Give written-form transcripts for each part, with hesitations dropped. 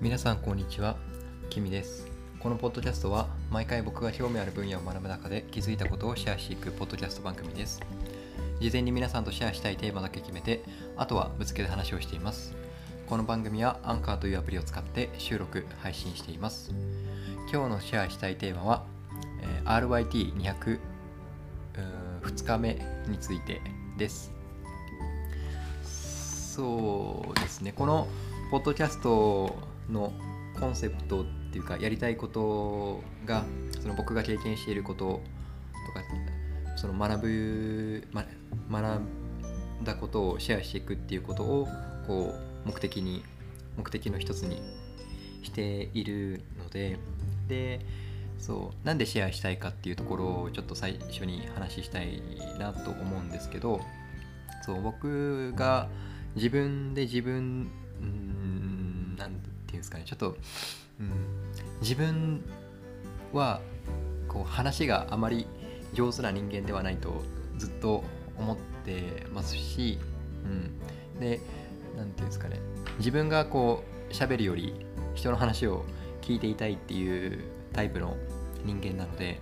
皆さんこんにちは、キミです。このポッドキャストは毎回僕が興味ある分野を学ぶ中で気づいたことをシェアしていくポッドキャスト番組です。事前に皆さんとシェアしたいテーマだけ決めて、あとはぶつけて話をしています。この番組はアンカーというアプリを使って収録・配信しています。今日のシェアしたいテーマは、RYT200 2日目についてです。そうですね、このポッドキャストのコンセプトっていうか、やりたいことがその僕が経験していることとか、その学んだことをシェアしていくっていうことをこう目的の一つにしているので、そうなんでシェアしたいかっていうところをちょっと最初に話したいなと思うんですけど、そう僕が自分なんていうんですかね、ちょっと、自分はこう話があまり上手な人間ではないとずっと思ってますし、で、なんていうんですかね、自分がこう喋るより人の話を聞いていたいっていうタイプの人間なので、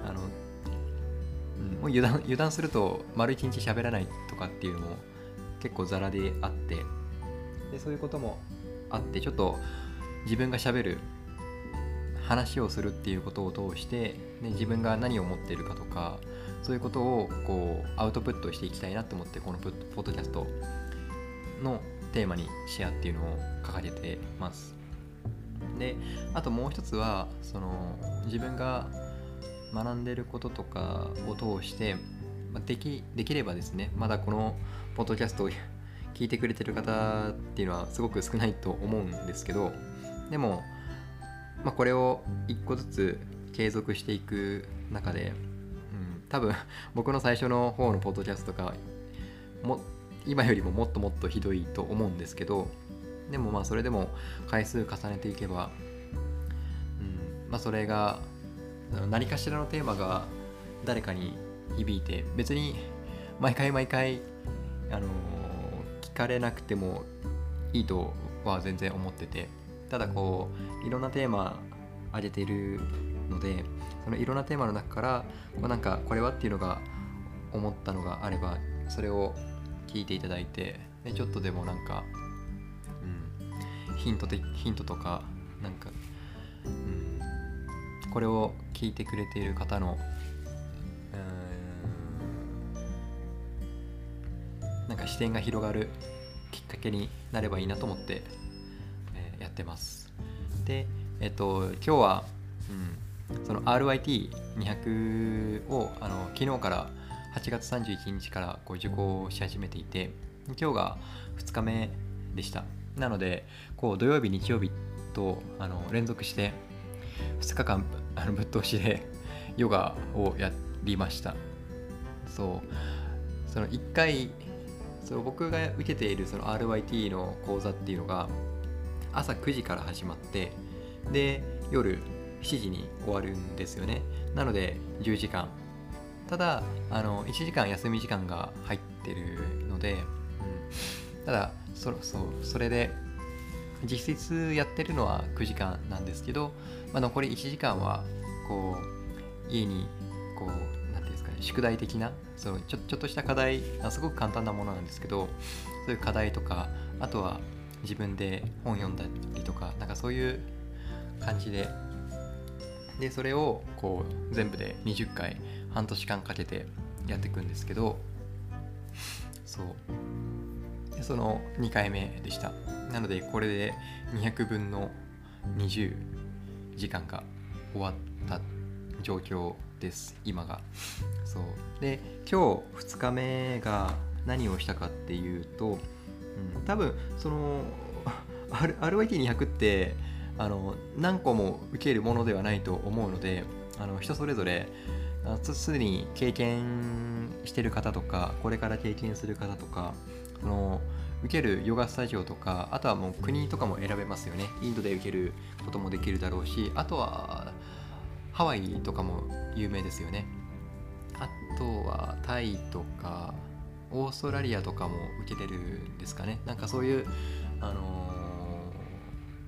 もう油断すると丸一日喋らないとかっていうのも結構ザラであって、でそういうこともあって、ちょっと自分が喋る話をするっていうことを通して、自分が何を思っているかとか、そういうことをこうアウトプットしていきたいなと思って、このポッドキャストのテーマにシェアっていうのを掲げてます。で、あともう一つは、その自分が学んでいることとかを通して、できればですね、まだこのポッドキャストを聞いてくれてる方っていうのはすごく少ないと思うんですけど、でも、これを一個ずつ継続していく中で、多分僕の最初の方のポッドキャストが今よりももっとひどいと思うんですけど、でもそれでも回数重ねていけば、それが何かしらのテーマが誰かに響いて、別に毎回聞かれなくてもいいとは全然思ってて、ただこういろんなテーマ上げているので、そのいろんなテーマの中からなんかこれはっていうのが思ったのがあれば、それを聞いていただいて、でちょっとでもなんか、ヒントとか、なんか、これを聞いてくれている方のなんか視点が広がるきっかけになればいいなと思って、やってます。で、今日は、その RYT200 を昨日から8月31日からこう受講し始めていて、今日が2日目でした。なのでこう土曜日日曜日と連続して2日間ぶっ通しでヨガをやりました。その1回、僕が受けているその RYT の講座っていうのが朝9時から始まって、で夜7時に終わるんですよね。なので10時間、ただ1時間休み時間が入ってるので、ただそれで実質やってるのは9時間なんですけど、残り1時間はこう家にこうなんていうんですかね、宿題的なちょっとした課題、すごく簡単なものなんですけど、そういう課題とか、あとは自分で本読んだりとか、なんかそういう感じで、それをこう全部で20回半年間かけてやっていくんですけど、でその2回目でした。なのでこれで200分の20時間が終わった状況です、今が。で今日2日目が何をしたかっていうと、多分そのRYT200 って何個も受けるものではないと思うので、人それぞれすでに経験してる方とか、これから経験する方とか、受けるヨガスタジオとか、あとはもう国とかも選べますよね。インドで受けることもできるだろうし、あとはハワイとかも有名ですよね。あとはタイとかオーストラリアとかも受けてるんですかね。なんかそういう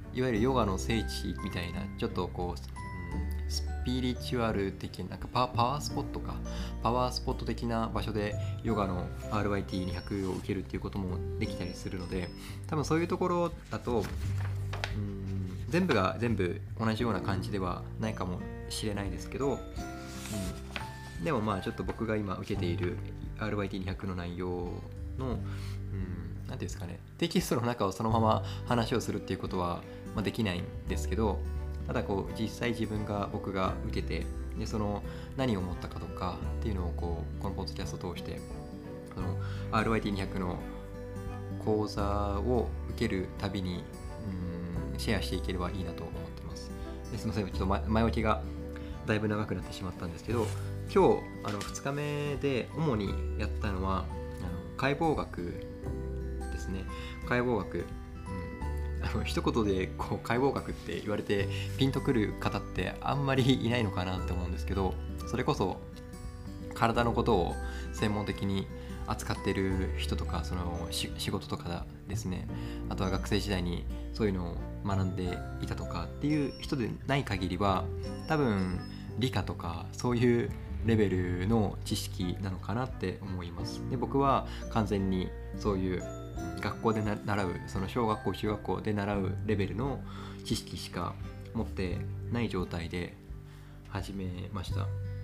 いわゆるヨガの聖地みたいな、ちょっとこう、スピリチュアル的な、なんかパワースポット的な場所でヨガの RYT200 を受けるっていうこともできたりするので、多分そういうところだと全部が全部同じような感じではないかもしれないですけど、でもまあちょっと僕が今受けている RYT200 の内容のなんていうんですかね、テキストの中をそのまま話をするっていうことは、できないんですけど、ただこう実際僕が受けて、でその何を思ったかとかっていうのをこのポッドキャストを通してその RYT200 の講座を受けるたびにシェアしていければいいなと思ってます。ですみません、ちょっと前置きがだいぶ長くなってしまったんですけど、今日2日目で主にやったのは解剖学ですね。解剖学、一言でこう解剖学って言われてピンとくる方ってあんまりいないのかなって思うんですけど、それこそ体のことを専門的に扱ってる人とか、その仕事とかですね、あとは学生時代にそういうのを学んでいたとかっていう人でない限りは、多分理科とかそういうレベルの知識なのかなって思います。で、僕は完全にそういう学校で習う、その小学校中学校で習うレベルの知識しか持ってない状態で始めました。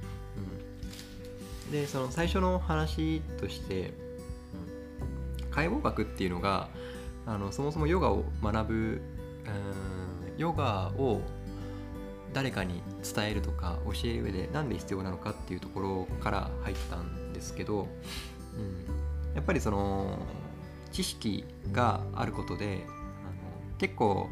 で、その最初の話として、解剖学っていうのがそもそもヨガを学ぶ、ヨガを誰かに伝えるとか教える上でなんで必要なのかっていうところから入ったんですけど、やっぱりその知識があることで結構、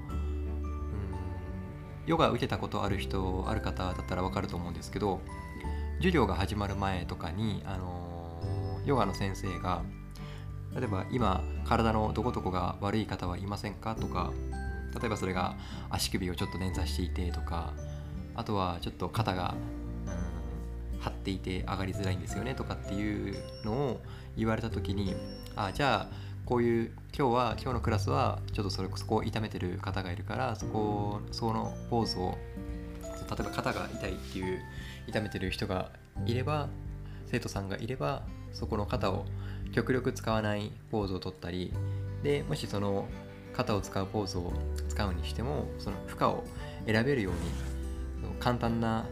ヨガ受けたことある方だったら分かると思うんですけど、授業が始まる前とかにヨガの先生が例えば今体のどこどこが悪い方はいませんかとか、例えばそれが足首をちょっと捻挫していてとか、あとはちょっと肩が張っていて上がりづらいんですよねとかっていうのを言われた時に、じゃあこういう今日のクラスはちょっとそこを痛めてる方がいるから、そのポーズを、例えば肩が痛いっていう痛めてる人がいれば、生徒さんがいればそこの肩を極力使わないポーズを取ったりで、もしその肩を使うポーズを使うにしてもその負荷を選べるように簡単な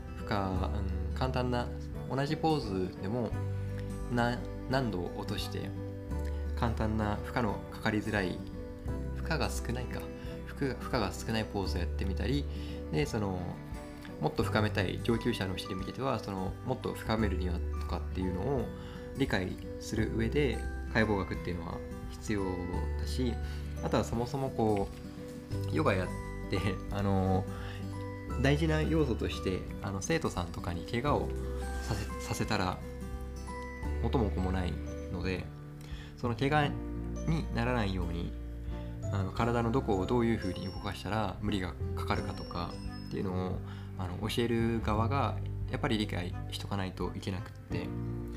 同じポーズでも難度を落として簡単な負荷のかかりづらい負荷が少ないポーズをやってみたりで、そのもっと深めたい上級者の人に向けてはもっと深めるにはとかっていうのを理解する上で解剖学っていうのは必要だし、あとはそもそもこうヨガやって大事な要素として生徒さんとかに怪我をさせたら元も子もないので、その怪我にならないように体のどこをどういうふうに動かしたら無理がかかるかとかっていうのを教える側がやっぱり理解しとかないといけなくって、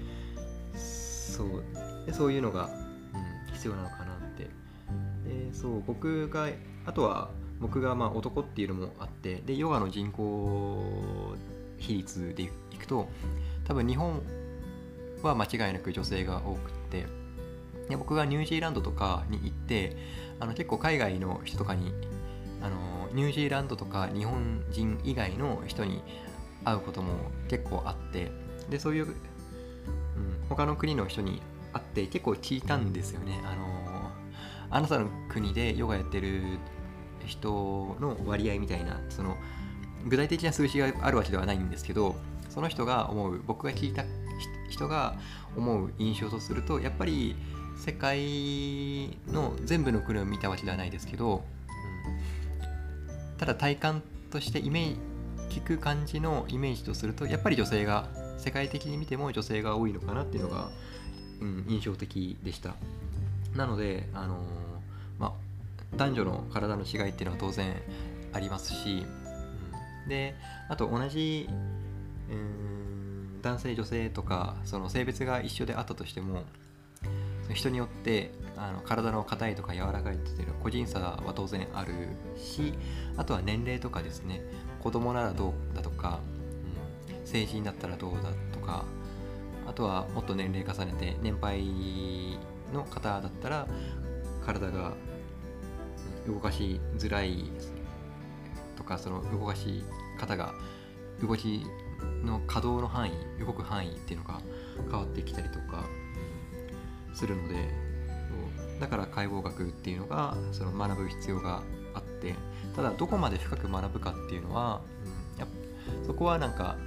そういうのが、必要なのかなって。であとは僕が男っていうのもあって、でヨガの人口比率でいくと多分日本は間違いなく女性が多くって、で僕がニュージーランドとかに行って結構海外の人とかにニュージーランドとか日本人以外の人に会うことも結構あって、でそういう、他の国の人に会って結構聞いたんですよね。あなたの国でヨガやってる人の割合みたいな、その具体的な数字があるわけではないんですけど、その人が僕が聞いた人が思う印象とすると、やっぱり世界の全部の国を見たわけではないですけど、ただ体感として聞く感じのイメージとすると、やっぱり世界的に見ても女性が多いのかなっていうのが、印象的でした。なので男女の体の違いっていうのは当然ありますし、であと同じ、男性女性とかその性別が一緒であったとしても、 人によって体の硬いとか柔らかいっていうのは個人差は当然あるし、あとは年齢とかですね、子供ならどうだとか、成人だったらどうだとか、あとはもっと年齢重ねて年配の方だったら体が動かしづらいとか、その動かし方が動きの可動の範囲、動く範囲っていうのが変わってきたりとかするので、だから解剖学っていうのがその学ぶ必要があって、ただどこまで深く学ぶかっていうのは、そこはなんか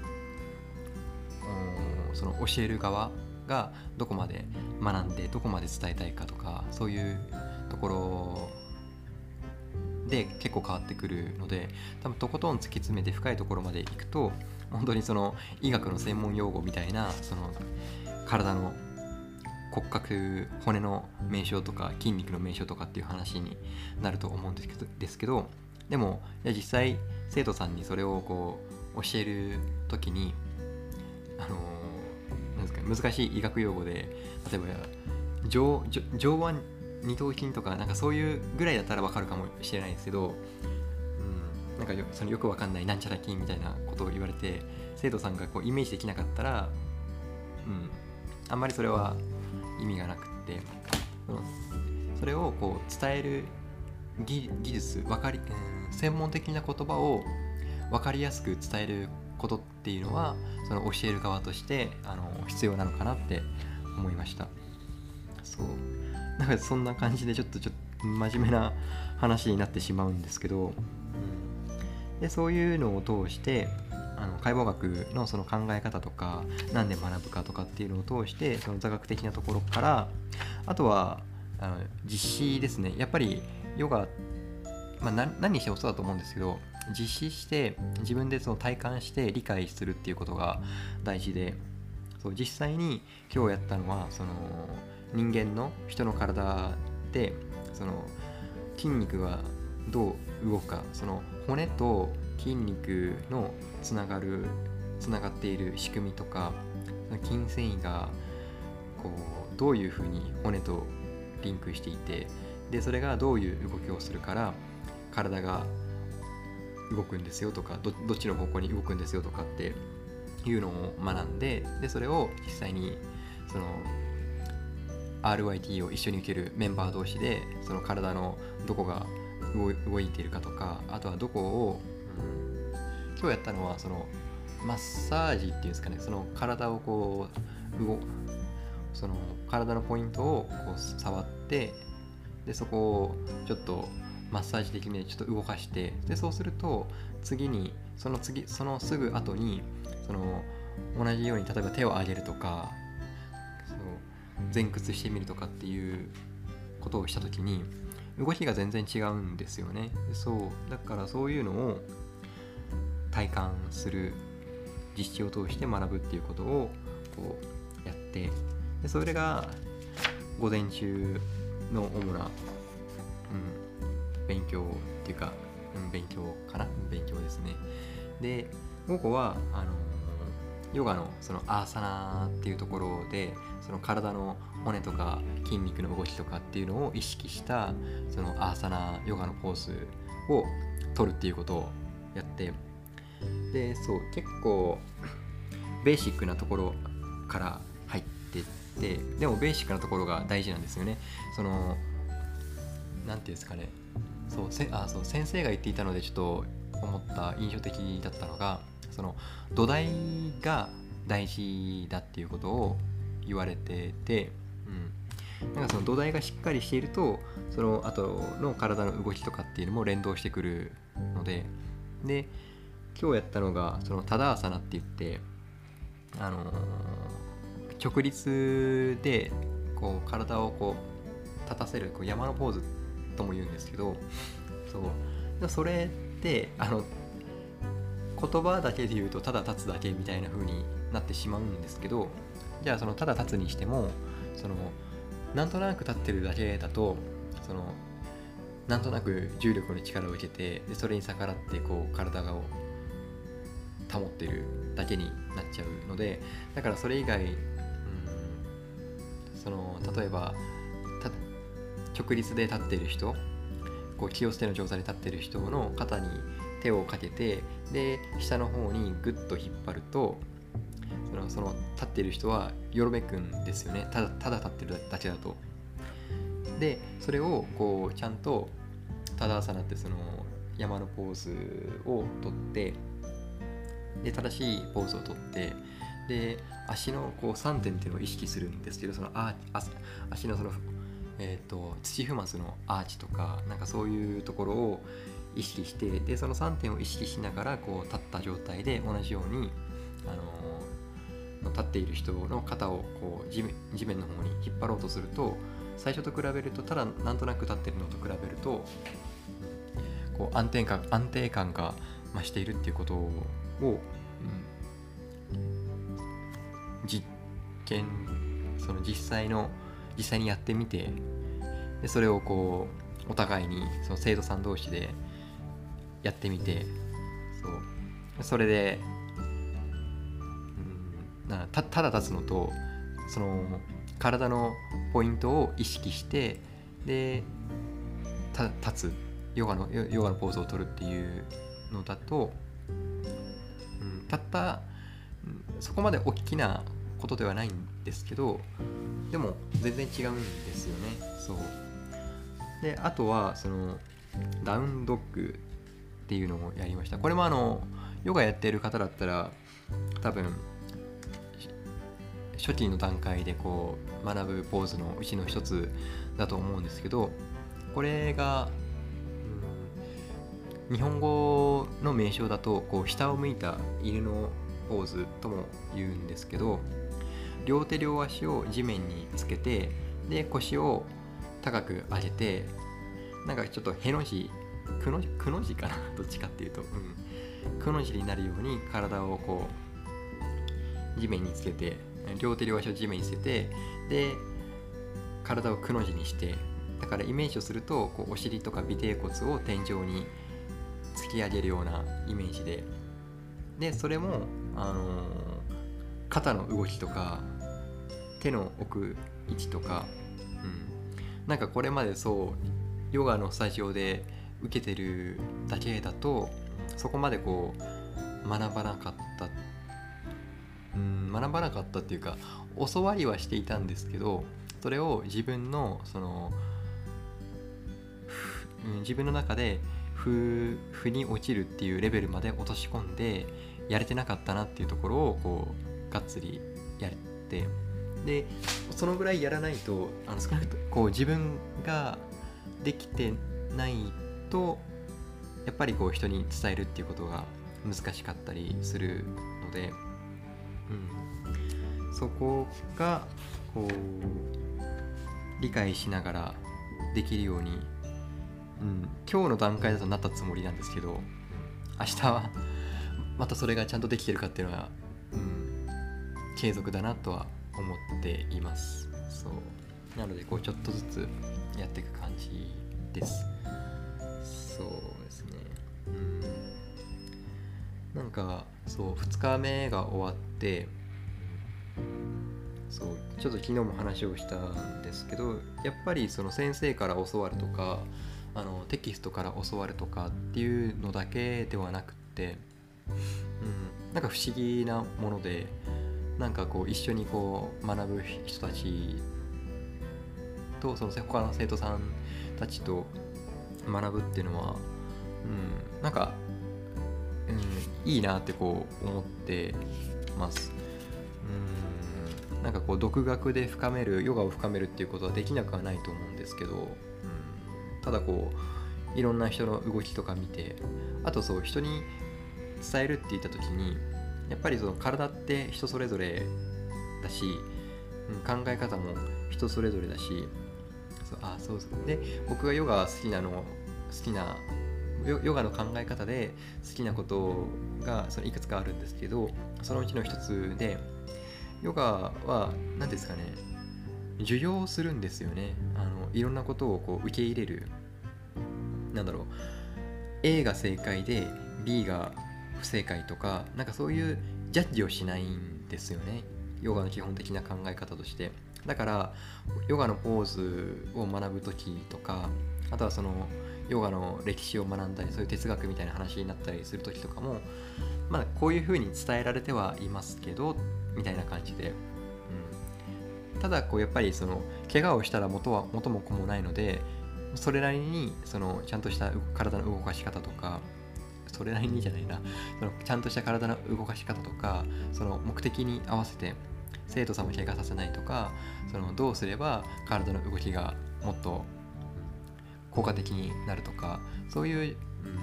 その教える側がどこまで学んでどこまで伝えたいかとか、そういうところで結構変わってくるので、多分とことん突き詰めて深いところまでいくと、本当にその医学の専門用語みたいな、その体の骨格、骨の名称とか筋肉の名称とかっていう話になると思うんですけど、でも実際生徒さんにそれをこう教えるときになんですか、難しい医学用語で、例えば上腕二頭筋とかなんかそういうぐらいだったら分かるかもしれないですけど、なんかそのよく分かんないなんちゃら筋みたいなことを言われて、生徒さんがこうイメージできなかったら、あんまりそれは意味がなくって、それをこう伝える技術、専門的な言葉を分かりやすく伝えることっていうのは、その教える側として必要なのかなって思いました。そう、なんかそんな感じでちょっと真面目な話になってしまうんですけど、でそういうのを通して解剖学のその考え方とか、何で学ぶかとかっていうのを通して、その座学的なところから、あとは実施ですね。やっぱりヨガ、何にしてもそうだと思うんですけど、実施して自分でその体感して理解するっていうことが大事で、そう実際に今日やったのは、その人間の人の体でその筋肉がどう動くか、その骨と筋肉のつながっている仕組みとか、筋繊維がこうどういうふうに骨とリンクしていて、でそれがどういう動きをするから体が動くんですよとか、どっちの方向に動くんですよとかっていうのを学んで、でそれを実際にその RYT を一緒に受けるメンバー同士で、その体のどこが動いているかとか、あとはどこを、今日やったのはそのマッサージっていうんですかね、その体をこうその体のポイントをこう触って、でそこをちょっとマッサージ的にちょっと動かして、でそうするとそのすぐ後にその同じように、例えば手を上げるとか、前屈してみるとかっていうことをした時に動きが全然違うんですよね。そうだからそういうのを体感する、実施を通して学ぶっていうことをこうやって、でそれが午前中の主な、勉強っていうか、勉強ですね。で午後はヨガのそのアーサナっていうところで、その体の骨とか筋肉の動きとかっていうのを意識したそのアーサナヨガのポーズを取るっていうことをやって、で結構ベーシックなところから入ってって、でもベーシックなところが大事なんですよね。そのなんていうんですかね、先生が言っていたのでちょっと思った印象的だったのが、その土台が大事だっていうことを言われてて、なんかその土台がしっかりしていると、その後の体の動きとかっていうのも連動してくるので、今日やったのがそのタダーサナって言って、直立でこう体をこう立たせる、こう山のポーズとも言うんですけど、それって言葉だけで言うとただ立つだけみたいな風になってしまうんですけど、じゃあそのただ立つにしても、そのなんとなく立ってるだけだと、そのなんとなく重力の力を受けて、でそれに逆らってこう体を保ってるだけになっちゃうので、だからそれ以外、 例えば直立で立っている人、こう気を捨ての状態で立っている人の肩に手をかけて、で下の方にグッと引っ張ると、その立っている人はよろめくんですよね。ただ立ってるだけだと。でそれをこうちゃんとタダアサナって山のポーズをとって、で正しいポーズをとって、で足のこう3点っていうのを意識するんですけど、足の土踏まずのアーチとか、なんかそういうところを意識して、でその3点を意識しながらこう立った状態で同じように、立っている人の肩をこう地面の方に引っ張ろうとすると、最初と比べると、ただなんとなく立ってるのと比べるとこう安定感が増しているっていうことを、実際にやってみて、でそれをこうお互いにその生徒さん同士でやってみて、それで、ただ立つのと、その体のポイントを意識して、で立つヨガのポーズを取るっていうのだと、たったそこまで大きなことではないんですけど、でも全然違うんですよね。であとはダウンドッグっていうのをやりました。これもヨガやってる方だったら多分初期の段階でこう学ぶポーズのうちの一つだと思うんですけど、これが、日本語の名称だとこう下を向いた犬のポーズとも言うんですけど、両手両足を地面につけて、で腰を高く上げて、なんかちょっとへの字、くの字かなどっちかっていうと、くの字になるように体をこう地面につけて、両手両足を地面につけて、で体をくの字にして、だからイメージをするとこうお尻とか尾てい骨を天井に突き上げるようなイメージで、でそれも、肩の動きとか手の置く位置とか、なんかこれまでヨガのスタジオで受けてるだけだとそこまでこう学ばなかったっていうか、教わりはしていたんですけど、それを自分の自分の中で腑に落ちるっていうレベルまで落とし込んでやれてなかったなっていうところをこうがっつりやって、でそのぐらいやらないと少なくともこう自分ができてないとやっぱりこう人に伝えるっていうことが難しかったりするので、そこがこう理解しながらできるように、今日の段階だとなったつもりなんですけど、明日はまたそれがちゃんとできてるかっていうのは、継続だなとは思っています。なのでこうちょっとずつやっていく感じです。そうですね。なんか2日目が終わって、ちょっと昨日も話をしたんですけど、やっぱりその先生から教わるとかテキストから教わるとかっていうのだけではなくって、なんか不思議なもので、なんかこう一緒にこう学ぶ人たちと他の生徒さんたちと学ぶっていうのは、なんか、いいなってこう思ってます。なんかこう独学でヨガを深めるっていうことはできなくはないと思うんですけど、ただこういろんな人の動きとか見て、あと人に伝えるって言った時にやっぱり体って人それぞれだし、考え方も人それぞれだし、で僕がヨガ好きなヨガの考え方で好きなことがいくつかあるんですけど、そのうちの一つでヨガは何ですかね、受容するんですよね。いろんなことをこう受け入れる、A が正解で B が不正解とか、なんかそういうジャッジをしないんですよね。ヨガの基本的な考え方としてだからヨガのポーズを学ぶ時とか、あとはそのヨガの歴史を学んだり、そういう哲学みたいな話になったりする時とかも、まあこういう風に伝えられてはいますけどみたいな感じで、ただこうやっぱりその怪我をしたら元も子もないので、それなりにそのちゃんとした体の動かし方とか、それなりにじゃないな、そのちゃんとした体の動かし方とか、その目的に合わせて生徒さんを怪我させないとか、そのどうすれば体の動きがもっと効果的になるとか、そういう、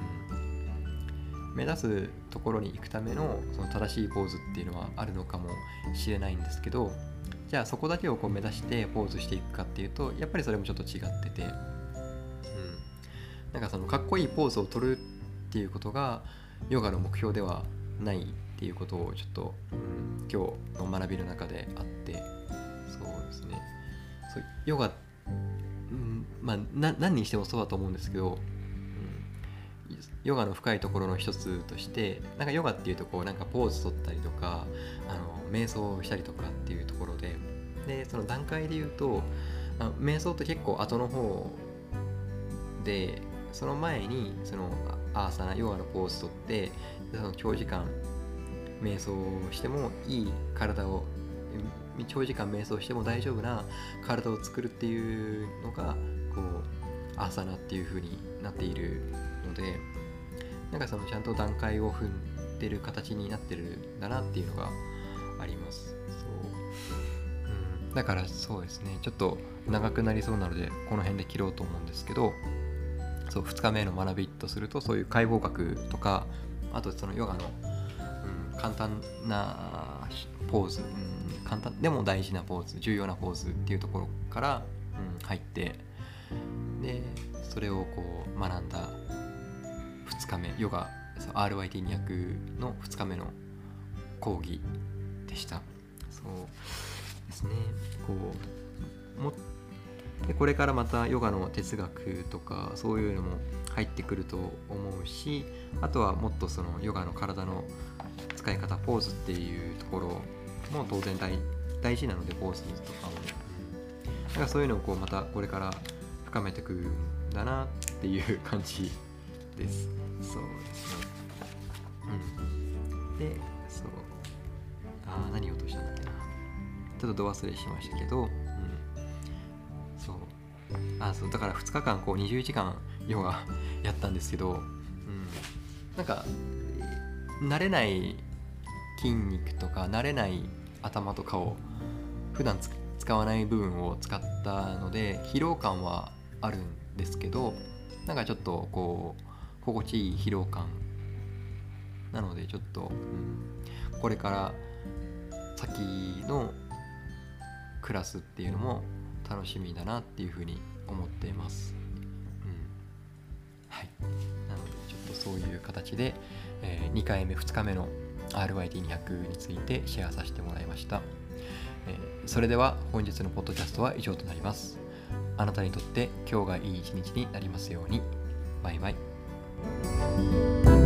目指すところに行くためのその正しいポーズっていうのはあるのかもしれないんですけど、じゃあそこだけをこう目指してポーズしていくかっていうと、やっぱりそれもちょっと違ってて、なんかそのかっこいいポーズを取るっていうことがヨガの目標ではないっていうことをちょっと、今日の学びの中であって、そうですね、そうヨガ、まあ何にしてもそうだと思うんですけど、ヨガの深いところの一つとして、なんかヨガっていうとこうなんかポーズ取ったりとか、瞑想したりとかっていうところで、その段階で言うと、瞑想って結構後の方で、その前にそのアーサナヨガのポーズ取って、その長時間瞑想してもいい体を、長時間瞑想しても大丈夫な体を作るっていうのがこうアーサナっていう風になっているので、なんかそのちゃんと段階を踏んでる形になってるんだなっていうのがあります。そう、だからそうですね、ちょっと長くなりそうなのでこの辺で切ろうと思うんですけど、そう2日目の学びとすると、そういう解剖学とか、あとそのヨガの、簡単なポーズ、簡単でも大事なポーズ、重要なポーズっていうところから、入って、でそれをこう学んだ2日目、ヨガ RYT200 の2日目の講義でした。そうですね、でこれからまたヨガの哲学とかそういうのも入ってくると思うし、あとはもっとそのヨガの体の使い方、ポーズっていうところも当然大事なので、ポーズとかも、なんかそういうのをこうまたこれから深めてくるんだなっていう感じです。そうですね。で、そう、何を落としたんだっけな。ちょっとど忘れしましたけど、そうだから2日間こう21時間ヨガやったんですけど、なんか慣れない筋肉とか慣れない頭とかを普段使わない部分を使ったので疲労感はあるんですけど、なんかちょっとこう心地いい疲労感なので、ちょっと、これから先のクラスっていうのも楽しみだなっていうふうに思っています。はい。なのでちょっとそういう形で、2回目2日目の RYT200 についてシェアさせてもらいました。それでは本日のポッドキャストは以上となります。あなたにとって今日がいい一日になりますように。バイバイ。